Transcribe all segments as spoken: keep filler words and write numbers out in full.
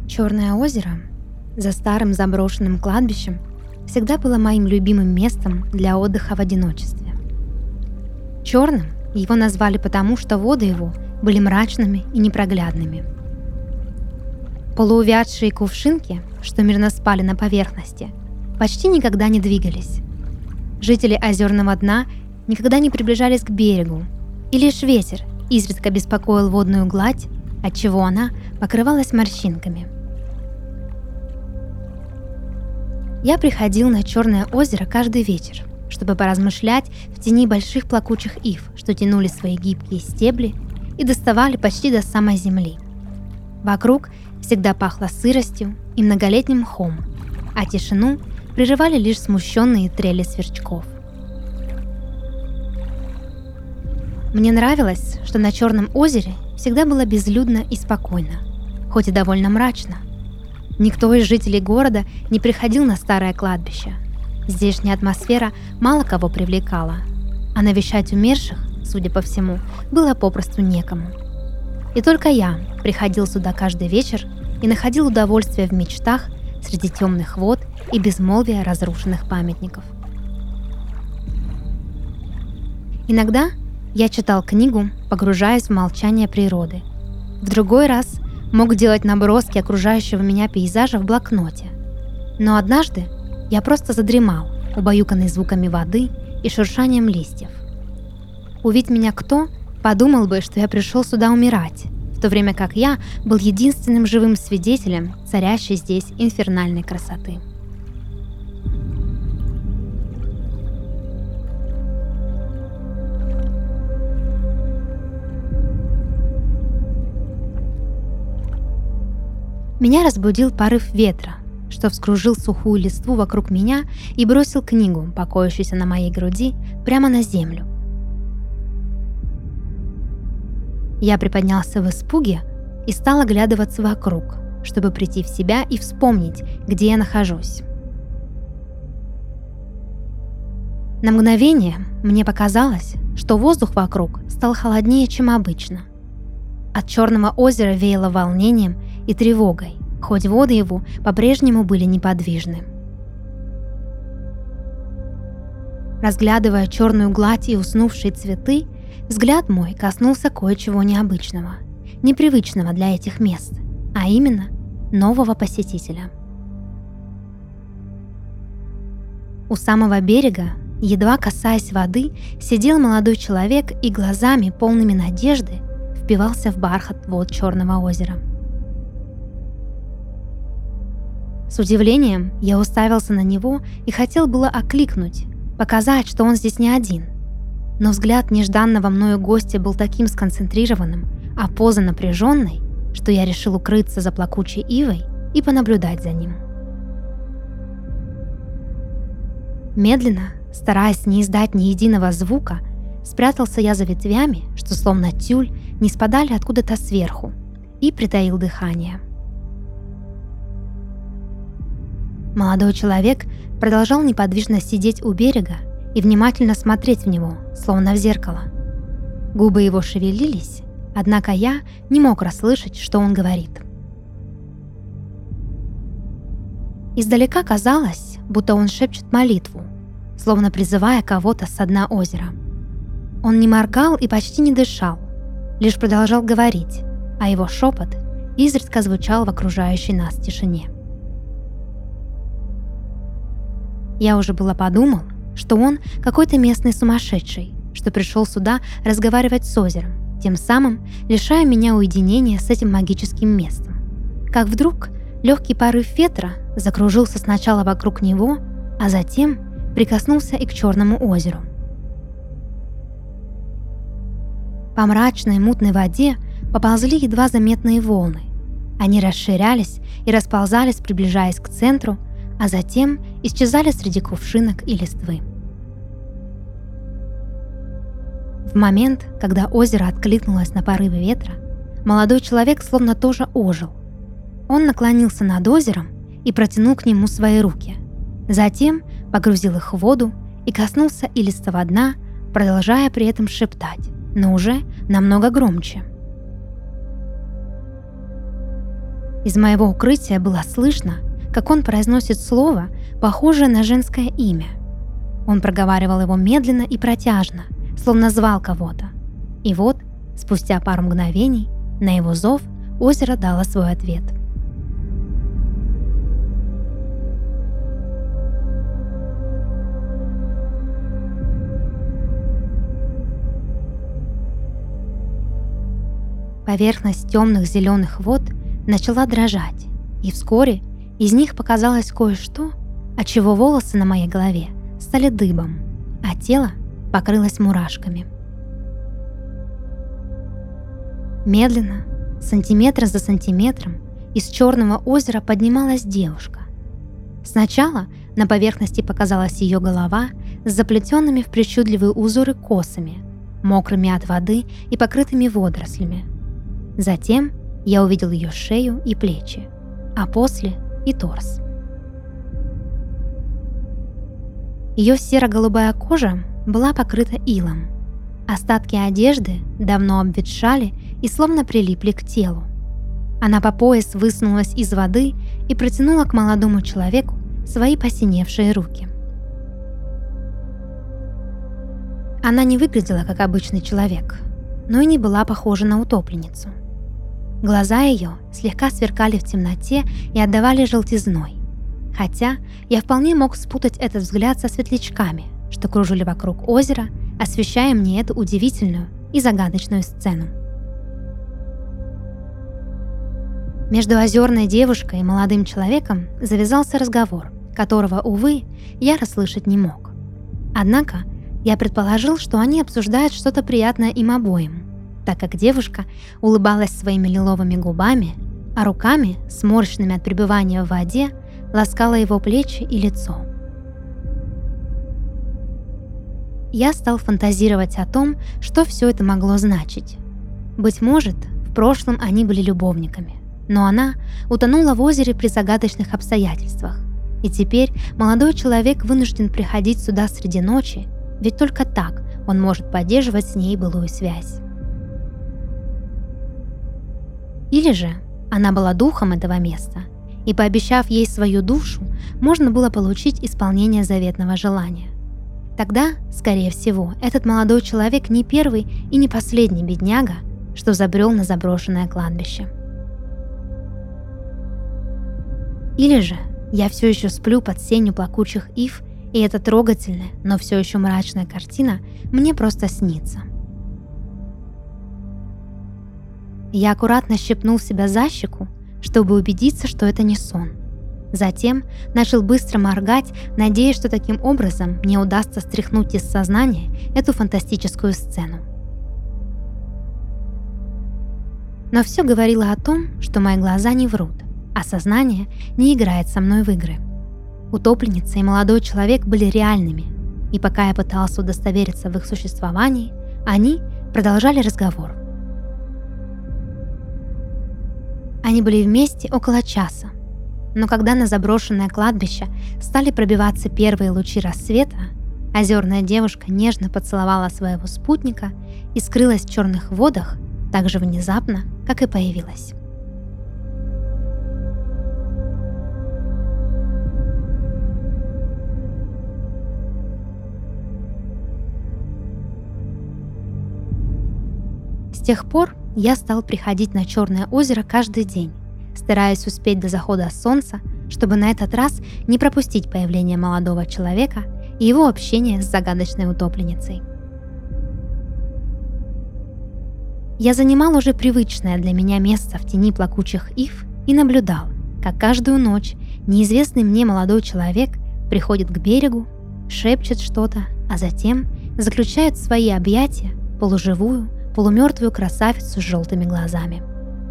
Черное озеро за старым заброшенным кладбищем всегда было моим любимым местом для отдыха в одиночестве. Черным его назвали потому, что воды его были мрачными и непроглядными. Полуувядшие кувшинки, что мирно спали на поверхности, почти никогда не двигались. Жители озерного дна никогда не приближались к берегу, и лишь ветер изредка беспокоил водную гладь, отчего она покрывалась морщинками. Я приходил на Черное озеро каждый вечер, чтобы поразмышлять в тени больших плакучих ив, что тянули свои гибкие стебли и доставали почти до самой земли. Вокруг всегда пахло сыростью и многолетним мхом, а тишину прерывали лишь смущенные трели сверчков. Мне нравилось, что на Черном озере всегда было безлюдно и спокойно, хоть и довольно мрачно. Никто из жителей города не приходил на старое кладбище. Здешняя атмосфера мало кого привлекала, а навещать умерших, судя по всему, было попросту некому. И только я приходил сюда каждый вечер и находил удовольствие в мечтах среди темных вод и безмолвия разрушенных памятников. Иногда я читал книгу, погружаясь в молчание природы. В другой раз мог делать наброски окружающего меня пейзажа в блокноте. Но однажды я просто задремал, убаюканный звуками воды и шуршанием листьев. Увидь меня кто, подумал бы, что я пришел сюда умирать, в то время как я был единственным живым свидетелем царящей здесь инфернальной красоты. Меня разбудил порыв ветра, что вскружил сухую листву вокруг меня и бросил книгу, покоящуюся на моей груди, прямо на землю. Я приподнялся в испуге и стал оглядываться вокруг, чтобы прийти в себя и вспомнить, где я нахожусь. На мгновение мне показалось, что воздух вокруг стал холоднее, чем обычно. От Черного озера веяло волнением и тревогой, хоть воды его по-прежнему были неподвижны. Разглядывая черную гладь и уснувшие цветы, взгляд мой коснулся кое-чего необычного, непривычного для этих мест, а именно нового посетителя. У самого берега, едва касаясь воды, сидел молодой человек и глазами, полными надежды, впивался в бархат вод Черного озера. С удивлением я уставился на него и хотел было окликнуть, показать, что он здесь не один. Но взгляд нежданного мною гостя был таким сконцентрированным, а поза напряженной, что я решил укрыться за плакучей ивой и понаблюдать за ним. Медленно, стараясь не издать ни единого звука, спрятался я за ветвями, что словно тюль не спадали откуда-то сверху, и притаил дыхание. Молодой человек продолжал неподвижно сидеть у берега и внимательно смотреть в него, словно в зеркало. Губы его шевелились, однако я не мог расслышать, что он говорит. Издалека казалось, будто он шепчет молитву, словно призывая кого-то со дна озера. Он не моргал и почти не дышал, лишь продолжал говорить, а его шепот изредка звучал в окружающей нас тишине. Я уже было подумал, что он какой-то местный сумасшедший, что пришел сюда разговаривать с озером, тем самым лишая меня уединения с этим магическим местом. Как вдруг легкий порыв ветра закружился сначала вокруг него, а затем прикоснулся и к Черному озеру. По мрачной мутной воде поползли едва заметные волны. Они расширялись и расползались, приближаясь к центру, а затем исчезали среди кувшинок и листвы. В момент, когда озеро откликнулось на порывы ветра, молодой человек словно тоже ожил. Он наклонился над озером и протянул к нему свои руки. Затем погрузил их в воду и коснулся илистого дна, продолжая при этом шептать, но уже намного громче. Из моего укрытия было слышно, как он произносит слово, похожее на женское имя. Он проговаривал его медленно и протяжно, словно звал кого-то. И вот, спустя пару мгновений, на его зов озеро дало свой ответ. Поверхность темных зеленых вод начала дрожать, и вскоре из них показалось кое-что, отчего волосы на моей голове стали дыбом, а тело покрылось мурашками. Медленно, сантиметр за сантиметром, из черного озера поднималась девушка. Сначала на поверхности показалась ее голова с заплетенными в причудливые узоры косами, мокрыми от воды и покрытыми водорослями. Затем я увидел ее шею и плечи, а после и торс. Ее серо-голубая кожа была покрыта илом. Остатки одежды давно обветшали и словно прилипли к телу. Она по пояс высунулась из воды и протянула к молодому человеку свои посиневшие руки. Она не выглядела как обычный человек, но и не была похожа на утопленницу. Глаза ее слегка сверкали в темноте и отдавали желтизной, хотя я вполне мог спутать этот взгляд со светлячками, что кружили вокруг озера, освещая мне эту удивительную и загадочную сцену. Между озерной девушкой и молодым человеком завязался разговор, которого, увы, я расслышать не мог. Однако я предположил, что они обсуждают что-то приятное им обоим, так как девушка улыбалась своими лиловыми губами, а руками, сморщенными от пребывания в воде, ласкала его плечи и лицо. Я стал фантазировать о том, что все это могло значить. Быть может, в прошлом они были любовниками, но она утонула в озере при загадочных обстоятельствах, и теперь молодой человек вынужден приходить сюда среди ночи, ведь только так он может поддерживать с ней былую связь. Или же она была духом этого места, и, пообещав ей свою душу, можно было получить исполнение заветного желания. Тогда, скорее всего, этот молодой человек не первый и не последний бедняга, что забрел на заброшенное кладбище. Или же я все еще сплю под сенью плакучих ив, и эта трогательная, но все еще мрачная картина мне просто снится. Я аккуратно щипнул себя за щеку, чтобы убедиться, что это не сон. Затем начал быстро моргать, надеясь, что таким образом мне удастся стряхнуть из сознания эту фантастическую сцену. Но все говорило о том, что мои глаза не врут, а сознание не играет со мной в игры. Утопленница и молодой человек были реальными, и пока я пытался удостовериться в их существовании, они продолжали разговор. Они были вместе около часа, но когда на заброшенное кладбище стали пробиваться первые лучи рассвета, озерная девушка нежно поцеловала своего спутника и скрылась в черных водах так же внезапно, как и появилась. С тех пор я стал приходить на Черное озеро каждый день, стараясь успеть до захода солнца, чтобы на этот раз не пропустить появление молодого человека и его общение с загадочной утопленницей. Я занимал уже привычное для меня место в тени плакучих ив и наблюдал, как каждую ночь неизвестный мне молодой человек приходит к берегу, шепчет что-то, а затем заключает в свои объятия полуживую, полумертвую красавицу с желтыми глазами.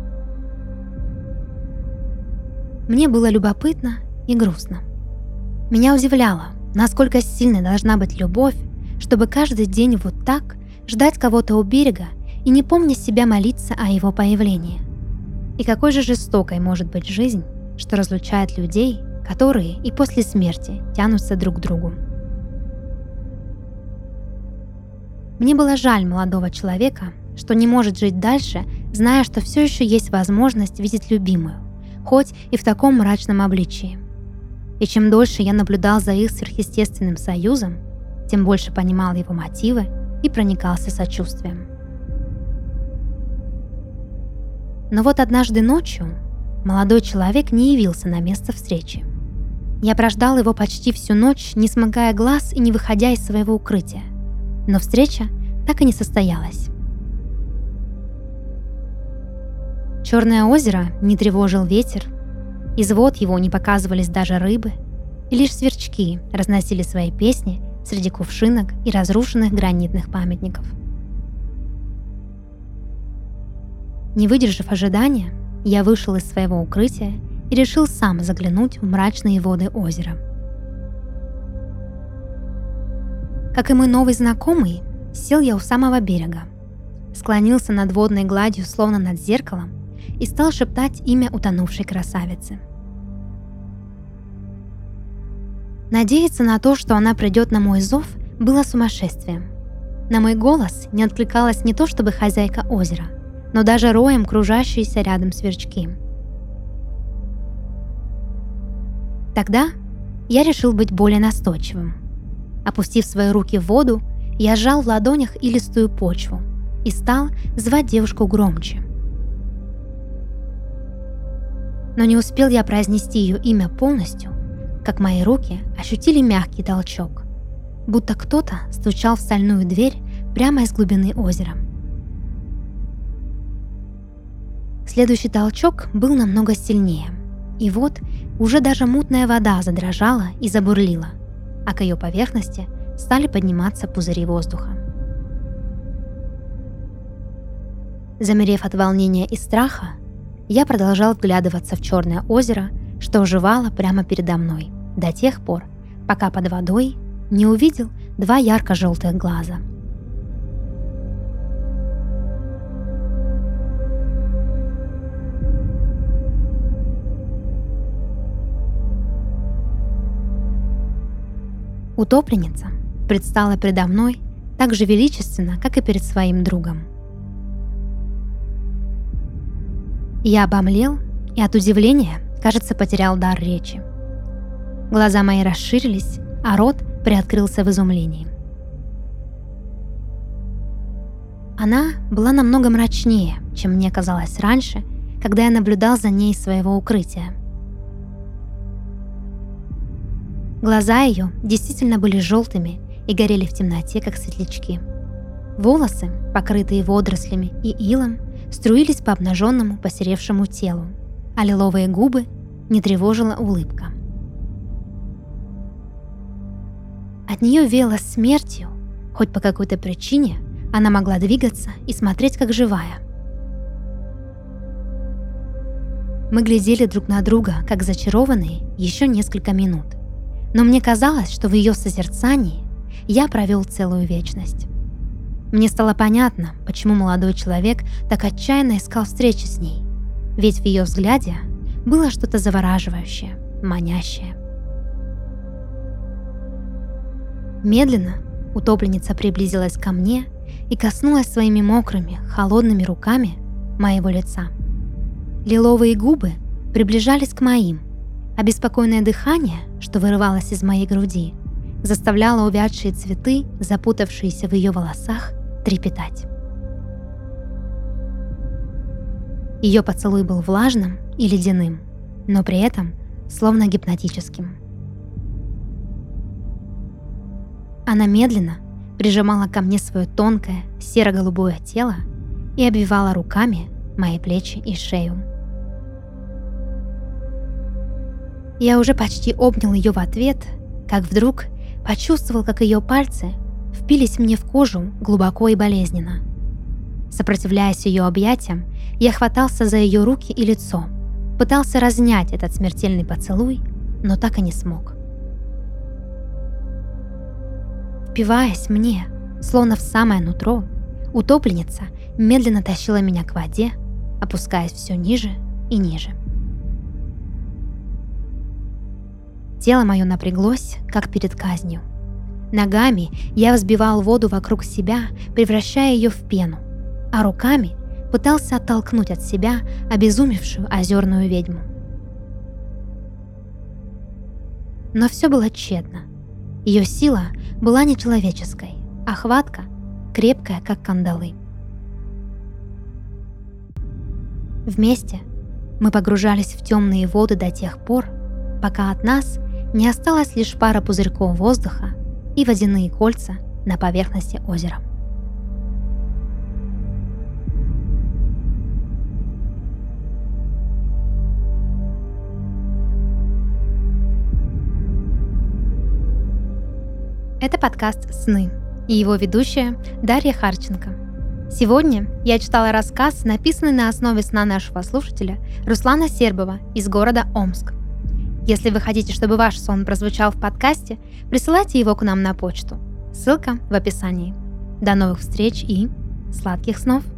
Мне было любопытно и грустно. Меня удивляло, насколько сильной должна быть любовь, чтобы каждый день вот так ждать кого-то у берега и не помня себя молиться о его появлении. И какой же жестокой может быть жизнь, что разлучает людей, которые и после смерти тянутся друг к другу. Мне было жаль молодого человека, что не может жить дальше, зная, что все еще есть возможность видеть любимую, хоть и в таком мрачном обличии. И чем дольше я наблюдал за их сверхъестественным союзом, тем больше понимал его мотивы и проникался сочувствием. Но вот однажды ночью молодой человек не явился на место встречи. Я прождал его почти всю ночь, не смыкая глаз и не выходя из своего укрытия. Но встреча так и не состоялась. Черное озеро не тревожил ветер, из вод его не показывались даже рыбы, и лишь сверчки разносили свои песни среди кувшинок и разрушенных гранитных памятников. Не выдержав ожидания, я вышел из своего укрытия и решил сам заглянуть в мрачные воды озера. Как и мой новый знакомый, сел я у самого берега, склонился над водной гладью, словно над зеркалом, и стал шептать имя утонувшей красавицы. Надеяться на то, что она придет на мой зов, было сумасшествием. На мой голос не откликалась не то чтобы хозяйка озера, но даже роем кружащиеся рядом сверчки. Тогда я решил быть более настойчивым. Опустив свои руки в воду, я сжал в ладонях илистую почву и стал звать девушку громче. Но не успел я произнести ее имя полностью, как мои руки ощутили мягкий толчок, будто кто-то стучал в стальную дверь прямо из глубины озера. Следующий толчок был намного сильнее, и вот уже даже мутная вода задрожала и забурлила, а к ее поверхности стали подниматься пузыри воздуха. Замерев от волнения и страха, я продолжал вглядываться в черное озеро, что оживало прямо передо мной, до тех пор, пока под водой не увидел два ярко-желтых глаза. Утопленница предстала передо мной так же величественно, как и перед своим другом. Я обомлел и от удивления, кажется, потерял дар речи. Глаза мои расширились, а рот приоткрылся в изумлении. Она была намного мрачнее, чем мне казалось раньше, когда я наблюдал за ней из своего укрытия. Глаза ее действительно были желтыми и горели в темноте, как светлячки. Волосы, покрытые водорослями и илом, струились по обнаженному посеревшему телу, а лиловые губы не тревожила улыбка. От нее веяло смертью, хоть по какой-то причине она могла двигаться и смотреть как живая. Мы глядели друг на друга, как зачарованные, еще несколько минут, но мне казалось, что в ее созерцании я провел целую вечность. Мне стало понятно, почему молодой человек так отчаянно искал встречи с ней, ведь в ее взгляде было что-то завораживающее, манящее. Медленно утопленница приблизилась ко мне и коснулась своими мокрыми, холодными руками моего лица. Лиловые губы приближались к моим, а беспокойное дыхание, что вырывалось из моей груди, заставляло увядшие цветы, запутавшиеся в ее волосах, трепетать. Ее поцелуй был влажным и ледяным, но при этом словно гипнотическим. Она медленно прижимала ко мне свое тонкое серо-голубое тело и обвивала руками мои плечи и шею. Я уже почти обнял ее в ответ, как вдруг почувствовал, как ее пальцы впились мне в кожу глубоко и болезненно. Сопротивляясь ее объятиям, я хватался за ее руки и лицо, пытался разнять этот смертельный поцелуй, но так и не смог. Впиваясь мне, словно в самое нутро, утопленница медленно тащила меня к воде, опускаясь все ниже и ниже. Тело мое напряглось, как перед казнью. Ногами я взбивал воду вокруг себя, превращая ее в пену, а руками пытался оттолкнуть от себя обезумевшую озерную ведьму. Но все было тщетно. Ее сила была нечеловеческой, а хватка крепкая, как кандалы. Вместе мы погружались в темные воды до тех пор, пока от нас не осталась лишь пара пузырьков воздуха и водяные кольца на поверхности озера. Это подкаст «Сны» и его ведущая Дарья Харченко. Сегодня я читала рассказ, написанный на основе сна нашего слушателя Руслана Сербова из города Омск. Если вы хотите, чтобы ваш сон прозвучал в подкасте, присылайте его к нам на почту. Ссылка в описании. До новых встреч и сладких снов!